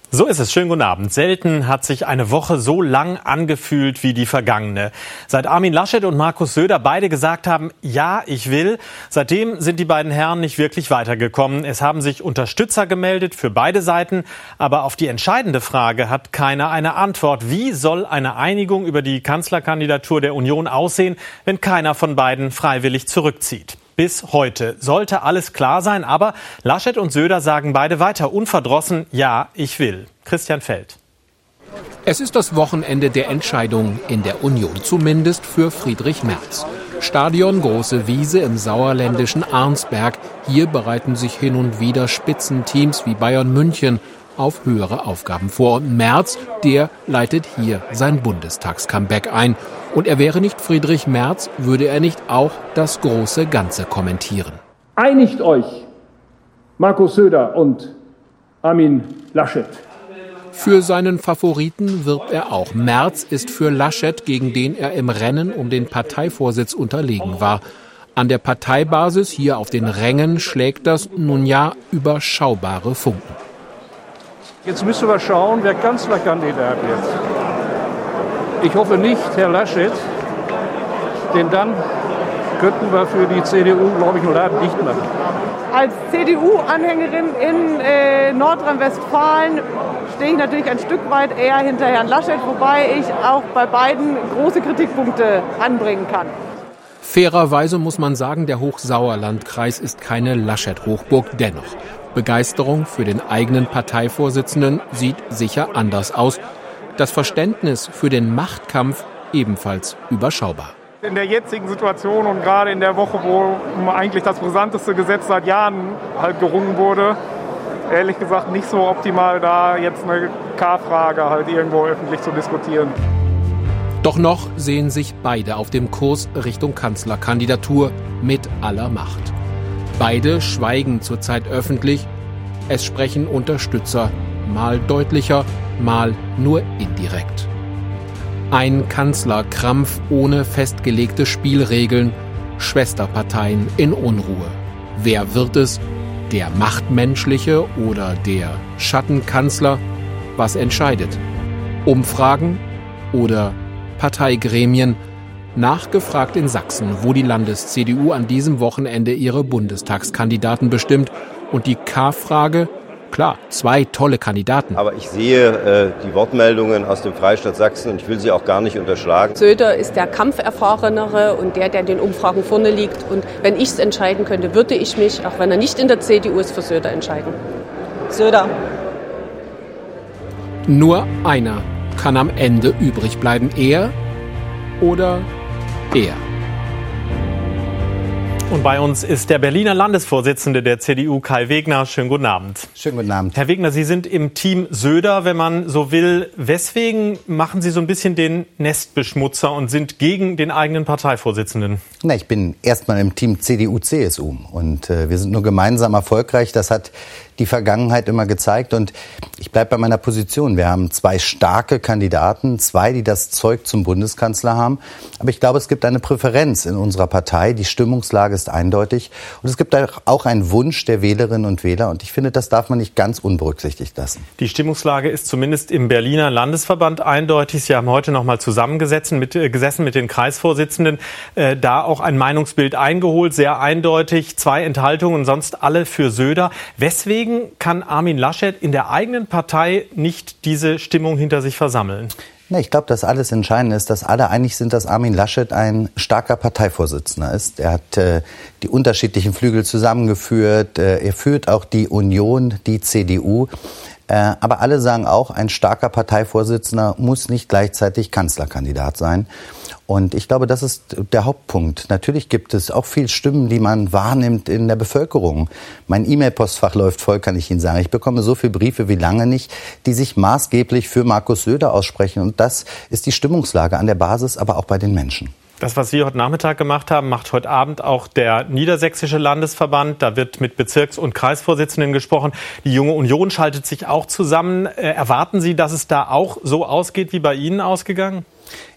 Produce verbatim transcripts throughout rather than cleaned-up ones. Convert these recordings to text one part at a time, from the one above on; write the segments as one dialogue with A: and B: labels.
A: So ist es. Schönen guten Abend. Selten hat sich eine Woche so lang angefühlt wie die vergangene. Seit Armin Laschet und Markus Söder beide gesagt haben, ja, ich will, seitdem sind die beiden Herren nicht wirklich weitergekommen. Es haben sich Unterstützer gemeldet für beide Seiten, aber auf die entscheidende Frage hat keiner eine Antwort. Wie soll eine Einigung über die Kanzlerkandidatur der Union aussehen, wenn keiner von beiden freiwillig zurückzieht? Bis heute sollte alles klar sein, aber Laschet und Söder sagen beide weiter unverdrossen, ja, ich will. Christian Feld.
B: Es ist das Wochenende der Entscheidung in der Union, zumindest für Friedrich Merz. Stadion Große Wiese im sauerländischen Arnsberg. Hier bereiten sich hin und wieder Spitzenteams wie Bayern München auf höhere Aufgaben vor. Und Merz, der leitet hier sein Bundestags-Comeback ein. Und er wäre nicht Friedrich Merz, würde er nicht auch das große Ganze kommentieren.
C: Einigt euch, Markus Söder und Armin Laschet.
B: Für seinen Favoriten wirbt er auch. Merz ist für Laschet, gegen den er im Rennen um den Parteivorsitz unterlegen war. An der Parteibasis hier auf den Rängen schlägt das nun ja überschaubare Funken.
C: Jetzt müssen wir schauen, wer Kanzlerkandidat wird. Ich hoffe nicht Herr Laschet, denn dann könnten wir für die C D U, glaube ich, einen Laden dicht machen.
D: Als C D U-Anhängerin in äh, Nordrhein-Westfalen stehe ich natürlich ein Stück weit eher hinter Herrn Laschet, wobei ich auch bei beiden große Kritikpunkte anbringen kann.
B: Fairerweise muss man sagen, der Hochsauerlandkreis ist keine Laschet-Hochburg. Dennoch, Begeisterung für den eigenen Parteivorsitzenden sieht sicher anders aus. Das Verständnis für den Machtkampf ebenfalls überschaubar.
E: In der jetzigen Situation und gerade in der Woche, wo eigentlich das brisanteste Gesetz seit Jahren halt gerungen wurde, ehrlich gesagt nicht so optimal, da jetzt eine K-Frage halt irgendwo öffentlich zu diskutieren.
B: Doch noch sehen sich beide auf dem Kurs Richtung Kanzlerkandidatur mit aller Macht. Beide schweigen zurzeit öffentlich. Es sprechen Unterstützer, mal deutlicher, mal nur indirekt. Ein Kanzlerkrampf ohne festgelegte Spielregeln, Schwesterparteien in Unruhe. Wer wird es? Der Machtmenschliche oder der Schattenkanzler? Was entscheidet? Umfragen oder Parteigremien? Nachgefragt in Sachsen, wo die Landes-C D U an diesem Wochenende ihre Bundestagskandidaten bestimmt. Und die K-Frage? Klar, zwei tolle Kandidaten.
F: Aber ich sehe äh, die Wortmeldungen aus dem Freistaat Sachsen und ich will sie auch gar nicht unterschlagen.
G: Söder ist der Kampferfahrenere und der, der in den Umfragen vorne liegt. Und wenn ich es entscheiden könnte, würde ich mich, auch wenn er nicht in der C D U ist, für Söder entscheiden. Söder.
B: Nur einer kann am Ende übrig bleiben. Er oder er.
A: Und bei uns ist der Berliner Landesvorsitzende der C D U, Kai Wegner. Schönen guten Abend.
H: Schönen guten Abend.
A: Herr Wegner, Sie sind im Team Söder, wenn man so will. Weswegen machen Sie so ein bisschen den Nestbeschmutzer und sind gegen den eigenen Parteivorsitzenden?
H: Na, ich bin erstmal im Team C D U C S U und äh, wir sind nur gemeinsam erfolgreich. Das hat die Vergangenheit immer gezeigt und ich bleibe bei meiner Position. Wir haben zwei starke Kandidaten, zwei, die das Zeug zum Bundeskanzler haben. Aber ich glaube, es gibt eine Präferenz in unserer Partei. Die Stimmungslage ist eindeutig und es gibt auch einen Wunsch der Wählerinnen und Wähler und ich finde, das darf man nicht ganz unberücksichtigt lassen.
A: Die Stimmungslage ist zumindest im Berliner Landesverband eindeutig. Sie haben heute noch mal zusammengesessen mit, äh, gesessen mit den Kreisvorsitzenden, äh, da auch ein Meinungsbild eingeholt, sehr eindeutig, zwei Enthaltungen, sonst alle für Söder. Weswegen kann Armin Laschet in der eigenen Partei nicht diese Stimmung hinter sich versammeln?
H: Na, ich glaube, dass alles Entscheidende ist, dass alle einig sind, dass Armin Laschet ein starker Parteivorsitzender ist. Er hat äh, die unterschiedlichen Flügel zusammengeführt. Äh, er führt auch die Union, die C D U. Äh, aber alle sagen auch, ein starker Parteivorsitzender muss nicht gleichzeitig Kanzlerkandidat sein. Und ich glaube, das ist der Hauptpunkt. Natürlich gibt es auch viel Stimmen, die man wahrnimmt in der Bevölkerung. Mein E-Mail-Postfach läuft voll, kann ich Ihnen sagen. Ich bekomme so viele Briefe wie lange nicht, die sich maßgeblich für Markus Söder aussprechen. Und das ist die Stimmungslage an der Basis, aber auch bei den Menschen.
A: Das, was Sie heute Nachmittag gemacht haben, macht heute Abend auch der Niedersächsische Landesverband. Da wird mit Bezirks- und Kreisvorsitzenden gesprochen. Die Junge Union schaltet sich auch zusammen. Äh, erwarten Sie, dass es da auch so ausgeht, wie bei Ihnen ausgegangen?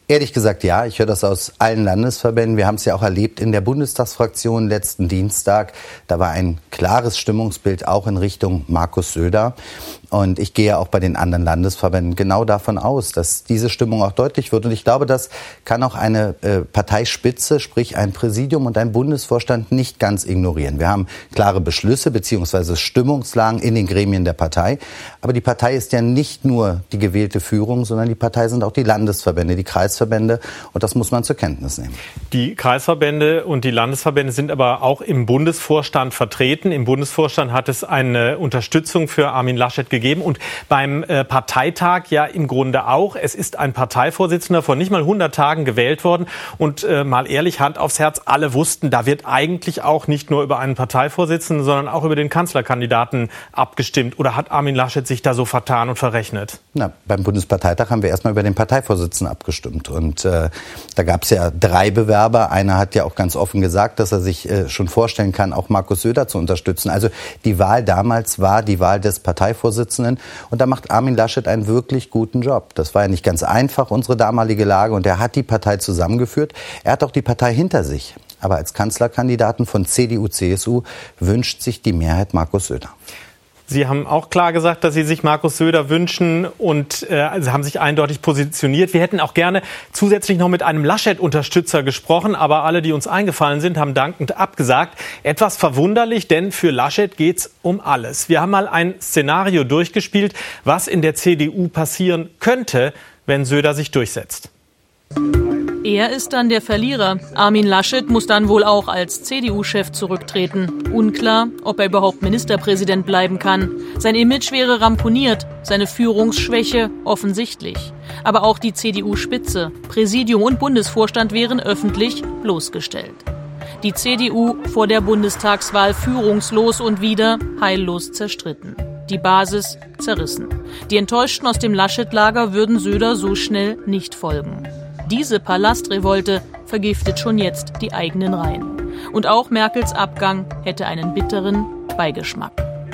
H: Ehrlich gesagt, ja. Ich höre das aus allen Landesverbänden. Wir haben es ja auch erlebt in der Bundestagsfraktion letzten Dienstag. Da war ein klares Stimmungsbild auch in Richtung Markus Söder. Und ich gehe auch bei den anderen Landesverbänden genau davon aus, dass diese Stimmung auch deutlich wird. Und ich glaube, das kann auch eine äh, Parteispitze, sprich ein Präsidium und ein Bundesvorstand nicht ganz ignorieren. Wir haben klare Beschlüsse bzw. Stimmungslagen in den Gremien der Partei. Aber die Partei ist ja nicht nur die gewählte Führung, sondern die Partei sind auch die Landesverbände, die Kreisverbände. Und das muss man zur Kenntnis nehmen. Die Kreisverbände und die Landesverbände sind aber auch im Bundesvorstand vertreten. Im Bundesvorstand hat es eine Unterstützung für Armin Laschet gegeben. Gegeben und beim äh, Parteitag ja im Grunde auch. Es ist ein Parteivorsitzender vor nicht mal hundert Tagen gewählt worden und äh, mal ehrlich, Hand aufs Herz, alle wussten, da wird eigentlich auch nicht nur über einen Parteivorsitzenden, sondern auch über den Kanzlerkandidaten abgestimmt. Oder hat Armin Laschet sich da so vertan und verrechnet? Na, beim Bundesparteitag haben wir erstmal über den Parteivorsitzenden abgestimmt und äh, da gab es ja drei Bewerber. Einer hat ja auch ganz offen gesagt, dass er sich äh, schon vorstellen kann, auch Markus Söder zu unterstützen. Also die Wahl damals war die Wahl des Parteivorsitzenden. Und da macht Armin Laschet einen wirklich guten Job. Das war ja nicht ganz einfach, unsere damalige Lage. Und er hat die Partei zusammengeführt. Er hat auch die Partei hinter sich. Aber als Kanzlerkandidaten von C D U, C S U wünscht sich die Mehrheit Markus Söder. Sie haben auch klar gesagt, dass Sie sich Markus Söder wünschen und äh, also haben sich eindeutig positioniert. Wir hätten auch gerne zusätzlich noch mit einem Laschet-Unterstützer gesprochen, aber alle, die uns eingefallen sind, haben dankend abgesagt. Etwas verwunderlich, denn für Laschet geht's um alles. Wir haben mal ein Szenario durchgespielt, was in der C D U passieren könnte, wenn Söder sich durchsetzt.
I: Er ist dann der Verlierer. Armin Laschet muss dann wohl auch als C D U-Chef zurücktreten. Unklar, ob er überhaupt Ministerpräsident bleiben kann. Sein Image wäre ramponiert, seine Führungsschwäche offensichtlich. Aber auch die C D U-Spitze, Präsidium und Bundesvorstand wären öffentlich bloßgestellt. Die C D U vor der Bundestagswahl führungslos und wieder heillos zerstritten. Die Basis zerrissen. Die Enttäuschten aus dem Laschet-Lager würden Söder so schnell nicht folgen. Diese Palastrevolte vergiftet schon jetzt die eigenen Reihen. Und auch Merkels Abgang hätte einen bitteren Beigeschmack.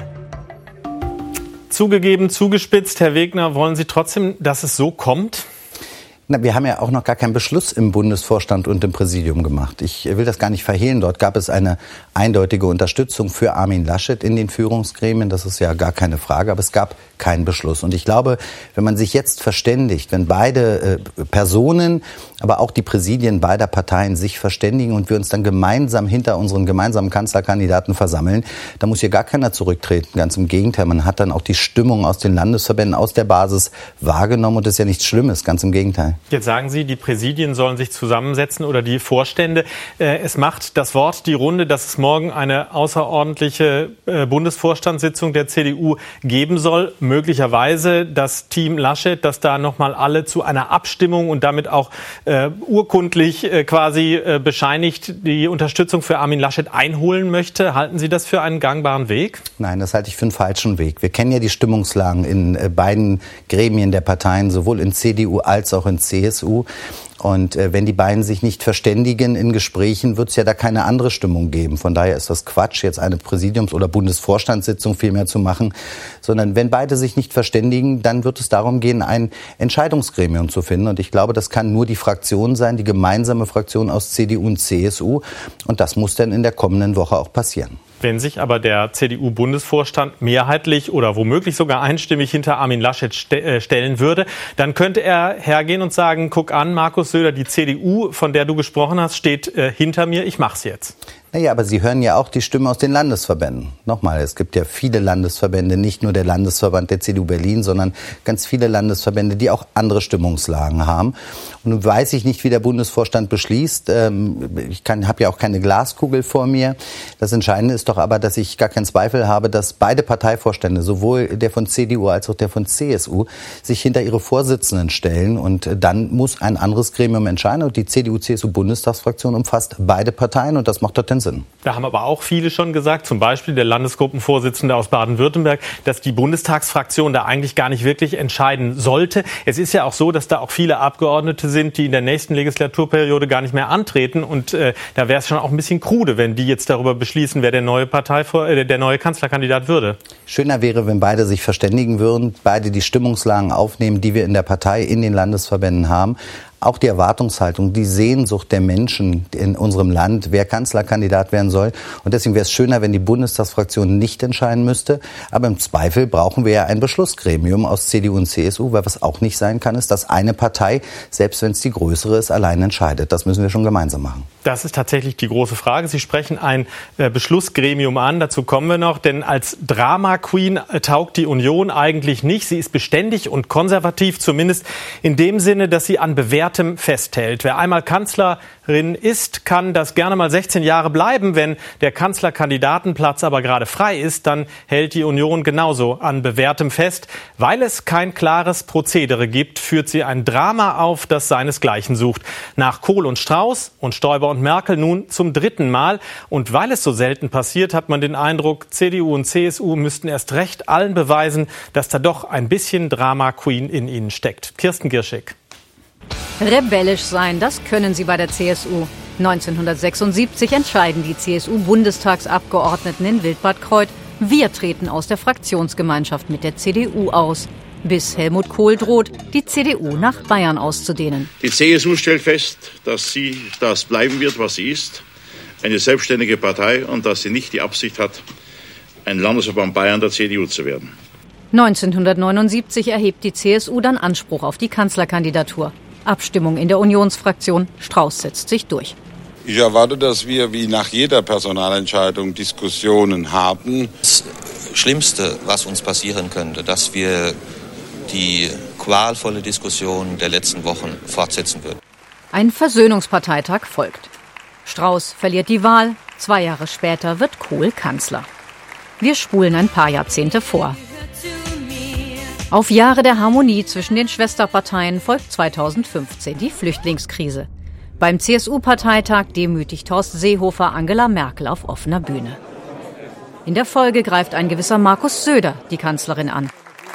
A: Zugegeben, zugespitzt, Herr Wegner, wollen Sie trotzdem, dass es so kommt?
H: Na, wir haben ja auch noch gar keinen Beschluss im Bundesvorstand und im Präsidium gemacht. Ich will das gar nicht verhehlen. Dort gab es eine eindeutige Unterstützung für Armin Laschet in den Führungsgremien. Das ist ja gar keine Frage. Aber es gab keinen Beschluss. Und ich glaube, wenn man sich jetzt verständigt, wenn beide äh, Personen, aber auch die Präsidien beider Parteien sich verständigen und wir uns dann gemeinsam hinter unseren gemeinsamen Kanzlerkandidaten versammeln, da muss hier gar keiner zurücktreten. Ganz im Gegenteil. Man hat dann auch die Stimmung aus den Landesverbänden, aus der Basis wahrgenommen. Und das ist ja nichts Schlimmes. Ganz im Gegenteil.
A: Jetzt sagen Sie, die Präsidien sollen sich zusammensetzen oder die Vorstände. Es macht das Wort die Runde, dass es morgen eine außerordentliche Bundesvorstandssitzung der C D U geben soll. Möglicherweise das Team Laschet, das da nochmal alle zu einer Abstimmung und damit auch äh, urkundlich äh, quasi äh, bescheinigt die Unterstützung für Armin Laschet einholen möchte. Halten Sie das für einen gangbaren Weg?
H: Nein, das halte ich für einen falschen Weg. Wir kennen ja die Stimmungslagen in äh, beiden Gremien der Parteien, sowohl in C D U als auch in C S U. Und äh, wenn die beiden sich nicht verständigen in Gesprächen, wird es ja da keine andere Stimmung geben. Von daher ist das Quatsch, jetzt eine Präsidiums- oder Bundesvorstandssitzung vielmehr zu machen. Sondern wenn beide sich nicht verständigen, dann wird es darum gehen, ein Entscheidungsgremium zu finden. Und ich glaube, das kann nur die Fraktion sein, die gemeinsame Fraktion aus C D U und C S U. Und das muss dann in der kommenden Woche auch passieren.
A: Wenn sich aber der C D U-Bundesvorstand mehrheitlich oder womöglich sogar einstimmig hinter Armin Laschet st- äh, stellen würde, dann könnte er hergehen und sagen, guck an, Markus Söder, die C D U, von der du gesprochen hast, steht äh, hinter mir, ich mach's jetzt.
H: Naja, aber Sie hören ja auch die Stimme aus den Landesverbänden. Nochmal, es gibt ja viele Landesverbände, nicht nur der Landesverband der C D U Berlin, sondern ganz viele Landesverbände, die auch andere Stimmungslagen haben. Und nun weiß ich nicht, wie der Bundesvorstand beschließt. Ich habe ja auch keine Glaskugel vor mir. Das Entscheidende ist doch aber, dass ich gar keinen Zweifel habe, dass beide Parteivorstände, sowohl der von C D U als auch der von C S U, sich hinter ihre Vorsitzenden stellen. Und dann muss ein anderes Gremium entscheiden. Und die C D U-C S U-Bundestagsfraktion umfasst beide Parteien. Und das macht dort den Sinn.
A: Da haben aber auch viele schon gesagt, zum Beispiel der Landesgruppenvorsitzende aus Baden-Württemberg, dass die Bundestagsfraktion da eigentlich gar nicht wirklich entscheiden sollte. Es ist ja auch so, dass da auch viele Abgeordnete sind, die in der nächsten Legislaturperiode gar nicht mehr antreten. Und äh, da wäre es schon auch ein bisschen krude, wenn die jetzt darüber beschließen, wer der neue Partei, äh, der neue Kanzlerkandidat würde.
H: Schöner wäre, wenn beide sich verständigen würden, beide die Stimmungslagen aufnehmen, die wir in der Partei, in den Landesverbänden haben. auch die Erwartungshaltung, die Sehnsucht der Menschen in unserem Land, wer Kanzlerkandidat werden soll. Und deswegen wäre es schöner, wenn die Bundestagsfraktion nicht entscheiden müsste. Aber im Zweifel brauchen wir ja ein Beschlussgremium aus C D U und C S U, weil was auch nicht sein kann, ist, dass eine Partei, selbst wenn es die größere ist, allein entscheidet. Das müssen wir schon gemeinsam machen.
A: Das ist tatsächlich die große Frage. Sie sprechen ein äh, Beschlussgremium an, dazu kommen wir noch, denn als Drama-Queen äh, taugt die Union eigentlich nicht. Sie ist beständig und konservativ, zumindest in dem Sinne, dass sie an Bewährtem festhält. Wer einmal Kanzlerin ist, kann das gerne mal sechzehn Jahre bleiben. Wenn der Kanzlerkandidatenplatz aber gerade frei ist, dann hält die Union genauso an Bewährtem fest. Weil es kein klares Prozedere gibt, führt sie ein Drama auf, das seinesgleichen sucht. Nach Kohl und Strauß und Stoiber und Merkel nun zum dritten Mal. Und weil es so selten passiert, hat man den Eindruck, C D U und C S U müssten erst recht allen beweisen, dass da doch ein bisschen Drama-Queen in ihnen steckt. Kirsten Gierschig.
J: Rebellisch sein, das können sie bei der C S U. neunzehnhundertsechsundsiebzig entscheiden die C S U-Bundestagsabgeordneten in Wildbad-Kreuth: Wir treten aus der Fraktionsgemeinschaft mit der C D U aus. Bis Helmut Kohl droht, die C D U nach Bayern auszudehnen.
K: Die C S U stellt fest, dass sie das bleiben wird, was sie ist, eine selbstständige Partei, und dass sie nicht die Absicht hat, ein Landesverband Bayern der C D U zu werden.
J: neunzehnhundertneunundsiebzig erhebt die C S U dann Anspruch auf die Kanzlerkandidatur. Abstimmung in der Unionsfraktion. Strauß setzt sich durch.
L: Ich erwarte, dass wir wie nach jeder Personalentscheidung Diskussionen haben.
M: Das Schlimmste, was uns passieren könnte, dass wir die qualvolle Diskussion der letzten Wochen fortsetzen würden.
J: Ein Versöhnungsparteitag folgt. Strauß verliert die Wahl. Zwei Jahre später wird Kohl Kanzler. Wir spulen ein paar Jahrzehnte vor. Auf Jahre der Harmonie zwischen den Schwesterparteien folgt zweitausendfünfzehn die Flüchtlingskrise. Beim C S U-Parteitag demütigt Horst Seehofer Angela Merkel auf offener Bühne. In der Folge greift ein gewisser Markus Söder die Kanzlerin an.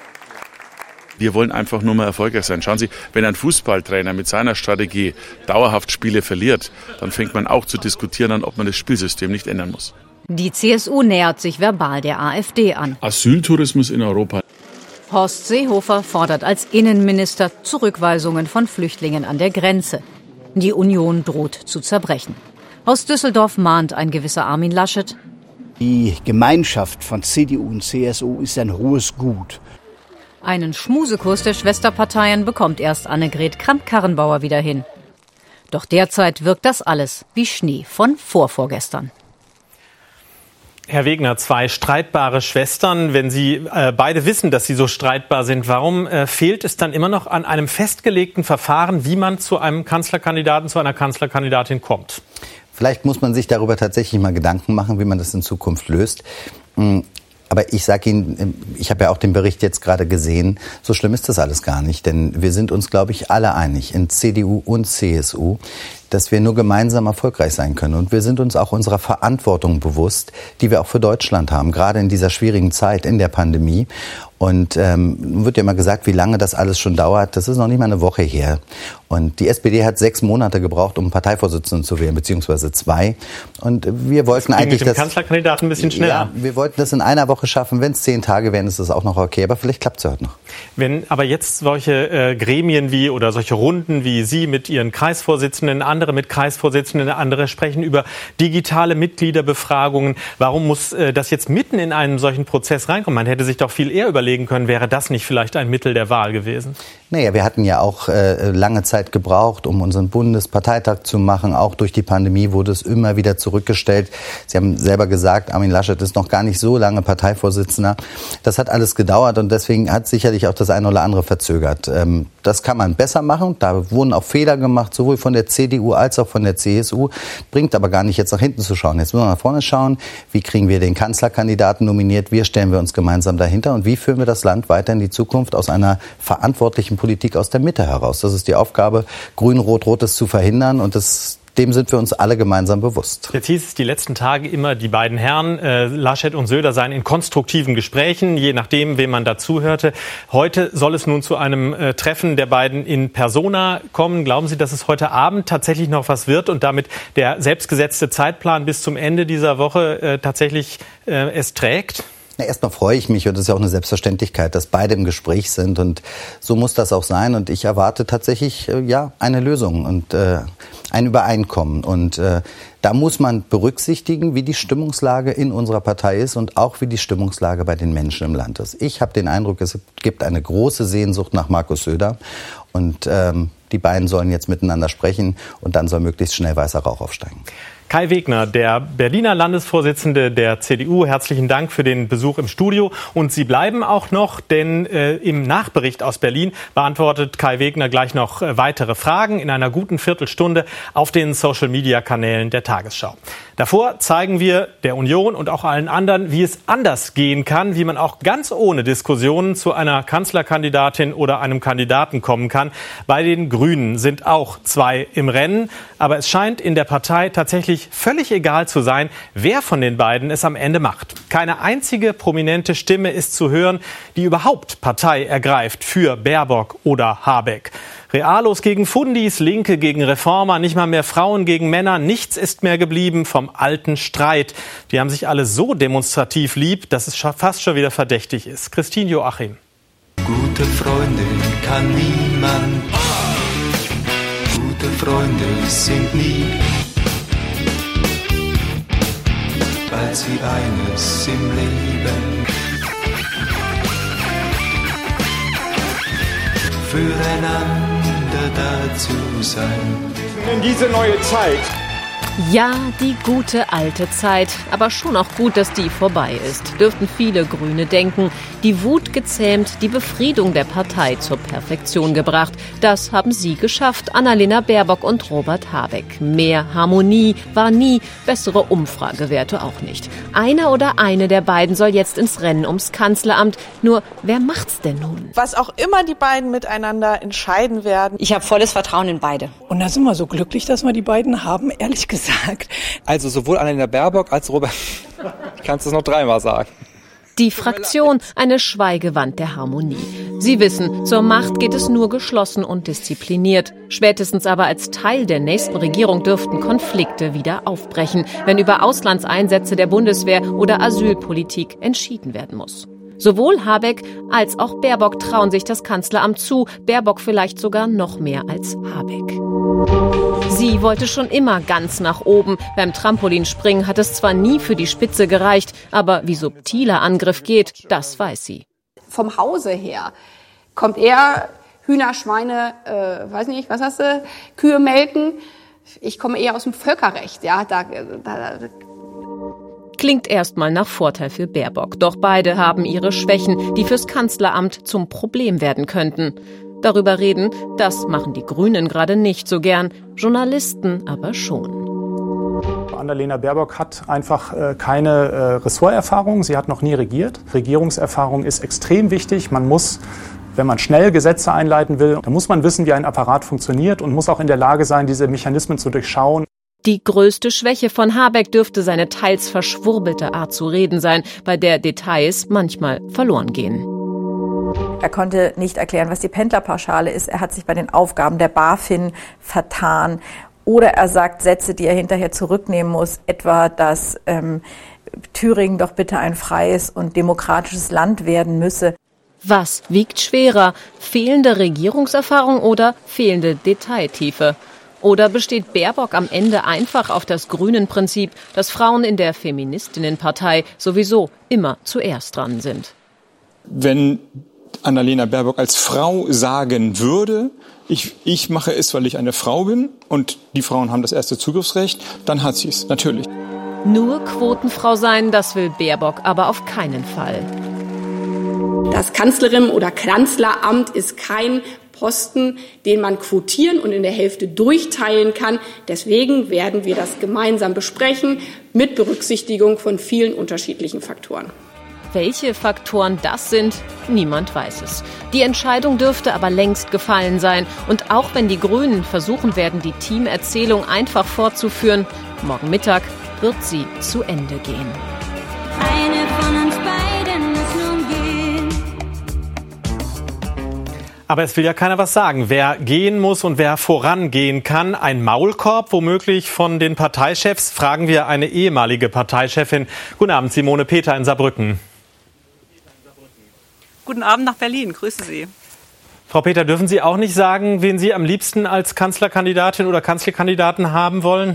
N: Wir wollen einfach nur mal erfolgreich sein. Schauen Sie, wenn ein Fußballtrainer mit seiner Strategie dauerhaft Spiele verliert, dann fängt man auch zu diskutieren an, ob man das Spielsystem nicht ändern muss.
J: Die C S U nähert sich verbal der AfD an.
N: Asyltourismus in Europa.
J: Horst Seehofer fordert als Innenminister Zurückweisungen von Flüchtlingen an der Grenze. Die Union droht zu zerbrechen. Aus Düsseldorf mahnt ein gewisser Armin Laschet:
O: Die Gemeinschaft von C D U und C S U ist ein hohes Gut.
J: Einen Schmusekurs der Schwesterparteien bekommt erst Annegret Kramp-Karrenbauer wieder hin. Doch derzeit wirkt das alles wie Schnee von vorvorgestern.
A: Herr Wegner, zwei streitbare Schwestern. Wenn Sie äh, beide wissen, dass sie so streitbar sind, warum äh, fehlt es dann immer noch an einem festgelegten Verfahren, wie man zu einem Kanzlerkandidaten, zu einer Kanzlerkandidatin kommt?
H: Vielleicht muss man sich darüber tatsächlich mal Gedanken machen, wie man das in Zukunft löst. Aber ich sage Ihnen, ich habe ja auch den Bericht jetzt gerade gesehen, so schlimm ist das alles gar nicht. Denn wir sind uns, glaube ich, alle einig, in C D U und C S U, dass wir nur gemeinsam erfolgreich sein können. Und wir sind uns auch unserer Verantwortung bewusst, die wir auch für Deutschland haben, gerade in dieser schwierigen Zeit, in der Pandemie. Und ähm, wird ja immer gesagt, wie lange das alles schon dauert. Das ist noch nicht mal eine Woche her. Und die S P D hat sechs Monate gebraucht, um einen Parteivorsitzenden zu wählen, beziehungsweise zwei. Und wir wollten
A: das
H: eigentlich
A: mit dem
H: das
A: Kanzlerkandidaten ein bisschen schneller.
H: Ja, wir wollten das in einer Woche schaffen. Wenn es zehn Tage wären, ist das auch noch okay. Aber vielleicht klappt es ja heute noch.
A: Wenn aber jetzt solche äh, Gremien wie oder solche Runden wie Sie mit Ihren Kreisvorsitzenden, andere mit Kreisvorsitzenden, andere sprechen über digitale Mitgliederbefragungen. Warum muss äh, das jetzt mitten in einen solchen Prozess reinkommen? Man hätte sich doch viel eher überlegen können, wäre das nicht vielleicht ein Mittel der Wahl gewesen?
H: Naja, wir hatten ja auch äh, lange Zeit gebraucht, um unseren Bundesparteitag zu machen. Auch durch die Pandemie wurde es immer wieder zurückgestellt. Sie haben selber gesagt, Armin Laschet ist noch gar nicht so lange Parteivorsitzender. Das hat alles gedauert und deswegen hat sicherlich auch das eine oder andere verzögert. Ähm, das kann man besser machen. Da wurden auch Fehler gemacht, sowohl von der C D U als auch von der C S U. Bringt aber gar nicht, jetzt nach hinten zu schauen. Jetzt müssen wir nach vorne schauen. Wie kriegen wir den Kanzlerkandidaten nominiert? Wie stellen wir uns gemeinsam dahinter? Und wie führen wir das Land weiter in die Zukunft aus einer verantwortlichen Politik aus der Mitte heraus? Das ist die Aufgabe, Grün-Rot-Rotes zu verhindern und das dem sind wir uns alle gemeinsam bewusst.
A: Jetzt hieß es die letzten Tage immer, die beiden Herren, äh, Laschet und Söder, seien in konstruktiven Gesprächen, je nachdem, wem man dazuhörte. Heute soll es nun zu einem äh, Treffen der beiden in Persona kommen. Glauben Sie, dass es heute Abend tatsächlich noch was wird und damit der selbstgesetzte Zeitplan bis zum Ende dieser Woche äh, tatsächlich äh, es trägt?
H: Na, erstmal freue ich mich, und das ist ja auch eine Selbstverständlichkeit, dass beide im Gespräch sind, und so muss das auch sein, und ich erwarte tatsächlich äh, ja eine Lösung und äh, ein Übereinkommen, und äh, da muss man berücksichtigen, wie die Stimmungslage in unserer Partei ist und auch wie die Stimmungslage bei den Menschen im Land ist. Ich habe den Eindruck, es gibt eine große Sehnsucht nach Markus Söder, und ähm, die beiden sollen jetzt miteinander sprechen, und dann soll möglichst schnell weißer Rauch aufsteigen.
A: Kai Wegner, der Berliner Landesvorsitzende der C D U, herzlichen Dank für den Besuch im Studio. Und Sie bleiben auch noch, denn äh, im Nachbericht aus Berlin beantwortet Kai Wegner gleich noch äh, weitere Fragen in einer guten Viertelstunde auf den Social-Media-Kanälen der Tagesschau. Davor zeigen wir der Union und auch allen anderen, wie es anders gehen kann, wie man auch ganz ohne Diskussionen zu einer Kanzlerkandidatin oder einem Kandidaten kommen kann. Bei den Grünen sind auch zwei im Rennen, aber es scheint in der Partei tatsächlich völlig egal zu sein, wer von den beiden es am Ende macht. Keine einzige prominente Stimme ist zu hören, die überhaupt Partei ergreift für Baerbock oder Habeck. Realos gegen Fundis, Linke gegen Reformer, nicht mal mehr Frauen gegen Männer, nichts ist mehr geblieben vom alten Streit. Die haben sich alle so demonstrativ lieb, dass es fast schon wieder verdächtig ist. Christine Joachim.
P: Gute Freunde kann niemand, gute Freunde sind nie, weil sie eines im Leben füreinander dazu sein.
E: In diese neue Zeit.
I: Ja, die gute alte Zeit. Aber schon auch gut, dass die vorbei ist, dürften viele Grüne denken. Die Wut gezähmt, die Befriedung der Partei zur Perfektion gebracht. Das haben sie geschafft, Annalena Baerbock und Robert Habeck. Mehr Harmonie war nie, bessere Umfragewerte auch nicht. Einer oder eine der beiden soll jetzt ins Rennen ums Kanzleramt. Nur, wer macht's denn nun?
Q: Was auch immer die beiden miteinander entscheiden werden.
R: Ich habe volles Vertrauen in beide.
S: Und da sind wir so glücklich, dass wir die beiden haben, ehrlich gesagt.
T: Also sowohl Annalena Baerbock als Robert, ich kann es noch dreimal sagen.
I: Die Fraktion, eine Schweigewand der Harmonie. Sie wissen, zur Macht geht es nur geschlossen und diszipliniert. Spätestens aber als Teil der nächsten Regierung dürften Konflikte wieder aufbrechen, wenn über Auslandseinsätze der Bundeswehr oder Asylpolitik entschieden werden muss. Sowohl Habeck als auch Baerbock trauen sich das Kanzleramt zu, Baerbock vielleicht sogar noch mehr als Habeck. Sie wollte schon immer ganz nach oben. Beim Trampolinspringen hat es zwar nie für die Spitze gereicht, aber wie subtiler Angriff geht, das weiß sie.
U: Vom Hause her kommt eher Hühner, Schweine, äh, weiß nicht, was hast du, Kühe melken. Ich komme eher aus dem Völkerrecht, ja, da, da, da.
I: Klingt erstmal nach Vorteil für Baerbock. Doch beide haben ihre Schwächen, die fürs Kanzleramt zum Problem werden könnten. Darüber reden, das machen die Grünen gerade nicht so gern, Journalisten aber schon.
E: Annalena Baerbock hat einfach äh, keine äh, Ressorterfahrung, sie hat noch nie regiert. Regierungserfahrung ist extrem wichtig, man muss, wenn man schnell Gesetze einleiten will, dann muss man wissen, wie ein Apparat funktioniert und muss auch in der Lage sein, diese Mechanismen zu durchschauen.
I: Die größte Schwäche von Habeck dürfte seine teils verschwurbelte Art zu reden sein, bei der Details manchmal verloren gehen.
V: Er konnte nicht erklären, was die Pendlerpauschale ist. Er hat sich bei den Aufgaben der BaFin vertan. Oder er sagt Sätze, die er hinterher zurücknehmen muss, etwa, dass ähm, Thüringen doch bitte ein freies und demokratisches Land werden müsse.
I: Was wiegt schwerer? Fehlende Regierungserfahrung oder fehlende Detailtiefe? Oder besteht Baerbock am Ende einfach auf das Grünen-Prinzip, dass Frauen in der Feministinnenpartei sowieso immer zuerst dran sind?
W: Wenn Annalena Baerbock als Frau sagen würde, ich, ich mache es, weil ich eine Frau bin und die Frauen haben das erste Zugriffsrecht, dann hat sie es, natürlich.
I: Nur Quotenfrau sein, das will Baerbock aber auf keinen Fall.
U: Das Kanzlerin- oder Kanzleramt ist kein Posten, den man quotieren und in der Hälfte durchteilen kann. Deswegen werden wir das gemeinsam besprechen, mit Berücksichtigung von vielen unterschiedlichen Faktoren.
I: Welche Faktoren das sind, niemand weiß es. Die Entscheidung dürfte aber längst gefallen sein. Und auch wenn die Grünen versuchen werden, die Teamerzählung einfach fortzuführen, morgen Mittag wird sie zu Ende gehen.
X: Eine von uns beiden muss nun gehen.
A: Aber es will ja keiner was sagen. Wer gehen muss und wer vorangehen kann. Ein Maulkorb womöglich von den Parteichefs? Fragen wir eine ehemalige Parteichefin. Guten Abend, Simone Peter in Saarbrücken.
C: Guten Abend nach Berlin. Grüße Sie.
A: Frau Peter, dürfen Sie auch nicht sagen, wen Sie am liebsten als Kanzlerkandidatin oder Kanzlerkandidaten haben wollen?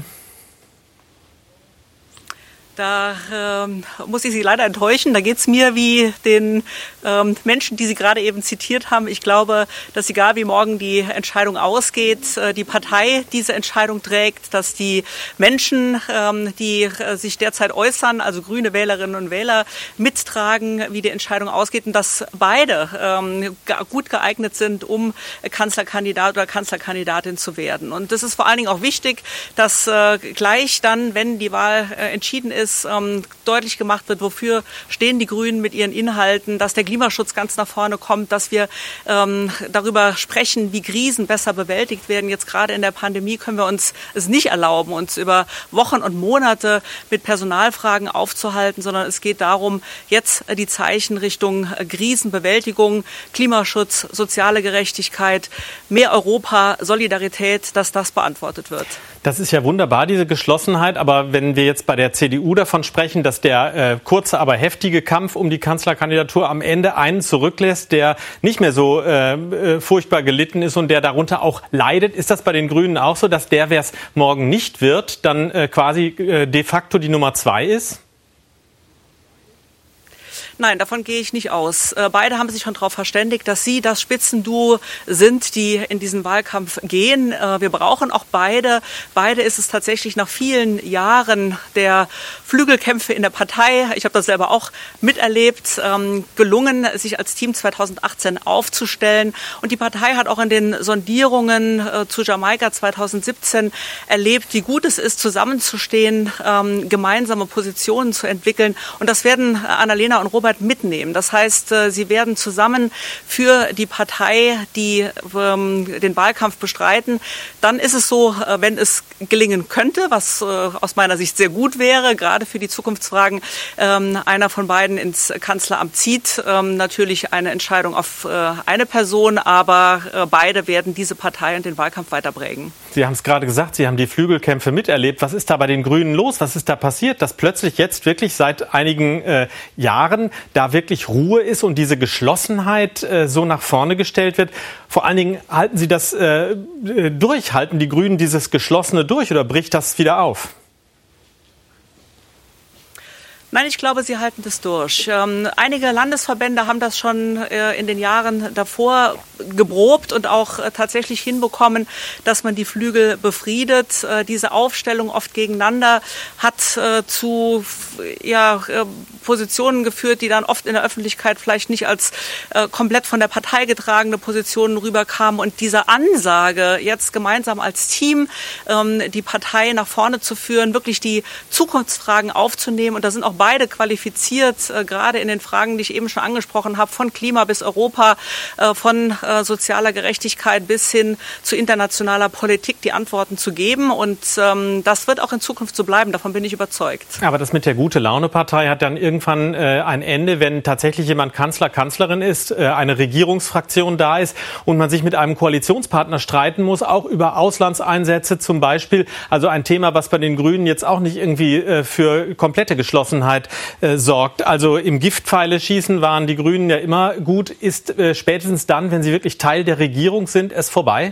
C: Da ähm, muss ich Sie leider enttäuschen. Da geht es mir wie den ähm, Menschen, die Sie gerade eben zitiert haben. Ich glaube, dass egal wie morgen die Entscheidung ausgeht, äh, die Partei diese Entscheidung trägt, dass die Menschen, ähm, die äh, sich derzeit äußern, also grüne Wählerinnen und Wähler, mittragen, wie die Entscheidung ausgeht und dass beide ähm, gut geeignet sind, um Kanzlerkandidat oder Kanzlerkandidatin zu werden. Und das ist vor allen Dingen auch wichtig, dass äh, gleich dann, wenn die Wahl äh, entschieden ist, Ähm, deutlich gemacht wird, wofür stehen die Grünen mit ihren Inhalten, dass der Klimaschutz ganz nach vorne kommt, dass wir ähm, darüber sprechen, wie Krisen besser bewältigt werden. Jetzt gerade in der Pandemie können wir uns es nicht erlauben, uns über Wochen und Monate mit Personalfragen aufzuhalten, sondern es geht darum, jetzt die Zeichen Richtung Krisenbewältigung, Klimaschutz, soziale Gerechtigkeit, mehr Europa, Solidarität, dass das beantwortet wird.
A: Das ist ja wunderbar, diese Geschlossenheit. Aber wenn wir jetzt bei der C D U davon sprechen, dass der äh, kurze, aber heftige Kampf um die Kanzlerkandidatur am Ende einen zurücklässt, der nicht mehr so äh, äh, furchtbar gelitten ist und der darunter auch leidet, ist das bei den Grünen auch so, dass der, wer es morgen nicht wird, dann äh, quasi äh, de facto die Nummer zwei ist?
C: Nein, davon gehe ich nicht aus. Beide haben sich schon darauf verständigt, dass sie das Spitzenduo sind, die in diesen Wahlkampf gehen. Wir brauchen auch beide. Beide ist es tatsächlich nach vielen Jahren der Flügelkämpfe in der Partei, ich habe das selber auch miterlebt, gelungen, sich als Team zweitausendachtzehn aufzustellen. Und die Partei hat auch in den Sondierungen zu Jamaika zweitausendsiebzehn erlebt, wie gut es ist, zusammenzustehen, gemeinsame Positionen zu entwickeln. Und das werden Annalena und Robert mitnehmen. Das heißt, sie werden zusammen für die Partei, die ähm, den Wahlkampf bestreiten. Dann ist es so, wenn es gelingen könnte, was äh, aus meiner Sicht sehr gut wäre, gerade für die Zukunftsfragen, ähm, einer von beiden ins Kanzleramt zieht, ähm, natürlich eine Entscheidung auf äh, eine Person, aber äh, beide werden diese Partei und den Wahlkampf weiter prägen.
A: Sie haben es gerade gesagt, Sie haben die Flügelkämpfe miterlebt. Was ist da bei den Grünen los? Was ist da passiert, dass plötzlich jetzt wirklich seit einigen äh, Jahren da wirklich Ruhe ist und diese Geschlossenheit äh, so nach vorne gestellt wird? Vor allen Dingen, halten Sie das äh, durch? Halten die Grünen dieses Geschlossene durch oder bricht das wieder auf?
C: Nein, ich glaube, sie halten das durch. Ähm, einige Landesverbände haben das schon äh, in den Jahren davor geprobt und auch äh, tatsächlich hinbekommen, dass man die Flügel befriedet. Äh, diese Aufstellung oft gegeneinander hat äh, zu ja, äh, Positionen geführt, die dann oft in der Öffentlichkeit vielleicht nicht als äh, komplett von der Partei getragene Positionen rüberkamen. Und diese Ansage, jetzt gemeinsam als Team ähm, die Partei nach vorne zu führen, wirklich die Zukunftsfragen aufzunehmen, und da sind auch beide qualifiziert, äh, gerade in den Fragen, die ich eben schon angesprochen habe, von Klima bis Europa, äh, von äh, sozialer Gerechtigkeit bis hin zu internationaler Politik, die Antworten zu geben. Und ähm, das wird auch in Zukunft so bleiben, davon bin ich überzeugt.
A: Aber das mit der Gute-Laune-Partei hat dann irgendwann äh, ein Ende, wenn tatsächlich jemand Kanzler, Kanzlerin ist, äh, eine Regierungsfraktion da ist und man sich mit einem Koalitionspartner streiten muss, auch über Auslandseinsätze zum Beispiel. Also ein Thema, was bei den Grünen jetzt auch nicht irgendwie äh, für komplette Geschlossenheit äh, sorgt. Also im Giftpfeile schießen waren die Grünen ja immer gut. Ist äh, spätestens dann, wenn sie wirklich Teil der Regierung sind, es vorbei?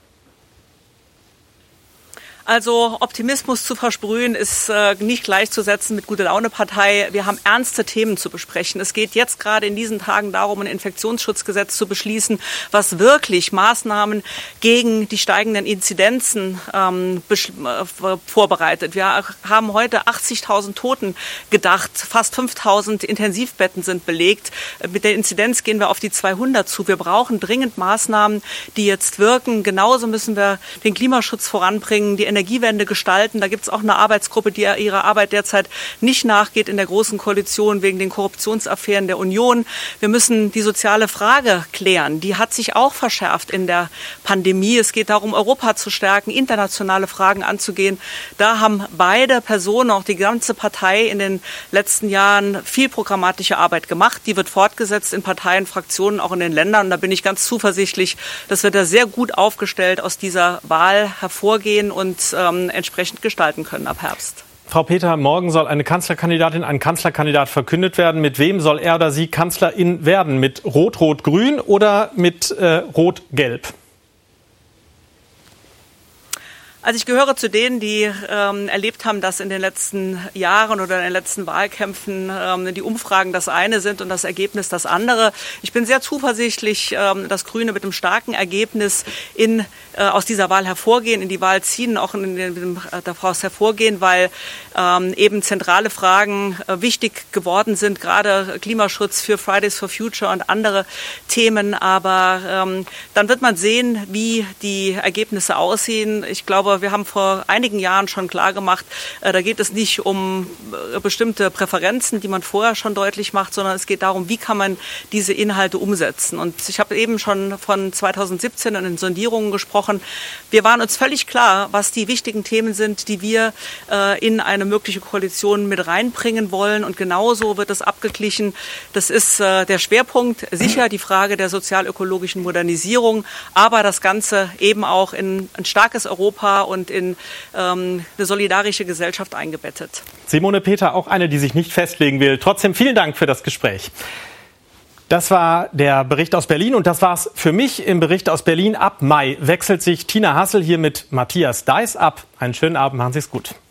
C: Also Optimismus zu versprühen ist äh, nicht gleichzusetzen mit Gute-Laune-Partei. Wir haben ernste Themen zu besprechen. Es geht jetzt gerade in diesen Tagen darum, ein Infektionsschutzgesetz zu beschließen, was wirklich Maßnahmen gegen die steigenden Inzidenzen ähm, äh, vorbereitet. Wir haben heute achtzigtausend Toten gedacht. Fast fünftausend Intensivbetten sind belegt. Mit der Inzidenz gehen wir auf die zweihundert zu. Wir brauchen dringend Maßnahmen, die jetzt wirken. Genauso müssen wir den Klimaschutz voranbringen, die Energiewende gestalten. Da gibt es auch eine Arbeitsgruppe, die ihrer Arbeit derzeit nicht nachgeht in der Großen Koalition wegen den Korruptionsaffären der Union. Wir müssen die soziale Frage klären. Die hat sich auch verschärft in der Pandemie. Es geht darum, Europa zu stärken, internationale Fragen anzugehen. Da haben beide Personen, auch die ganze Partei in den letzten Jahren viel programmatische Arbeit gemacht. Die wird fortgesetzt in Parteien, Fraktionen, auch in den Ländern. Und da bin ich ganz zuversichtlich, dass wir da sehr gut aufgestellt aus dieser Wahl hervorgehen und Ähm, entsprechend gestalten können ab Herbst.
A: Frau Peter, morgen soll eine Kanzlerkandidatin, ein Kanzlerkandidat verkündet werden. Mit wem soll er oder sie Kanzlerin werden? Mit Rot-Rot-Grün oder mit äh, Rot-Gelb?
C: Also ich gehöre zu denen, die ähm, erlebt haben, dass in den letzten Jahren oder in den letzten Wahlkämpfen ähm, die Umfragen das eine sind und das Ergebnis das andere. Ich bin sehr zuversichtlich, ähm, dass Grüne mit einem starken Ergebnis in, äh, aus dieser Wahl hervorgehen, in die Wahl ziehen, auch in dem, äh, daraus hervorgehen, weil ähm, eben zentrale Fragen äh, wichtig geworden sind, gerade Klimaschutz für Fridays for Future und andere Themen. Aber ähm, dann wird man sehen, wie die Ergebnisse aussehen. Ich glaube, wir haben vor einigen Jahren schon klar gemacht, äh, da geht es nicht um äh, bestimmte Präferenzen, die man vorher schon deutlich macht, sondern es geht darum, wie kann man diese Inhalte umsetzen. Und ich habe eben schon von zweitausendsiebzehn und den Sondierungen gesprochen. Wir waren uns völlig klar, was die wichtigen Themen sind, die wir äh, in eine mögliche Koalition mit reinbringen wollen. Und genauso wird es abgeglichen. Das ist äh, der Schwerpunkt, sicher die Frage der sozialökologischen Modernisierung, aber das Ganze eben auch in ein starkes Europa und in ähm, eine solidarische Gesellschaft eingebettet.
A: Simone Peter, auch eine, die sich nicht festlegen will. Trotzdem vielen Dank für das Gespräch. Das war der Bericht aus Berlin und das war's für mich im Bericht aus Berlin. Ab Mai wechselt sich Tina Hassel hier mit Matthias Deiß ab. Einen schönen Abend, machen Sie es gut.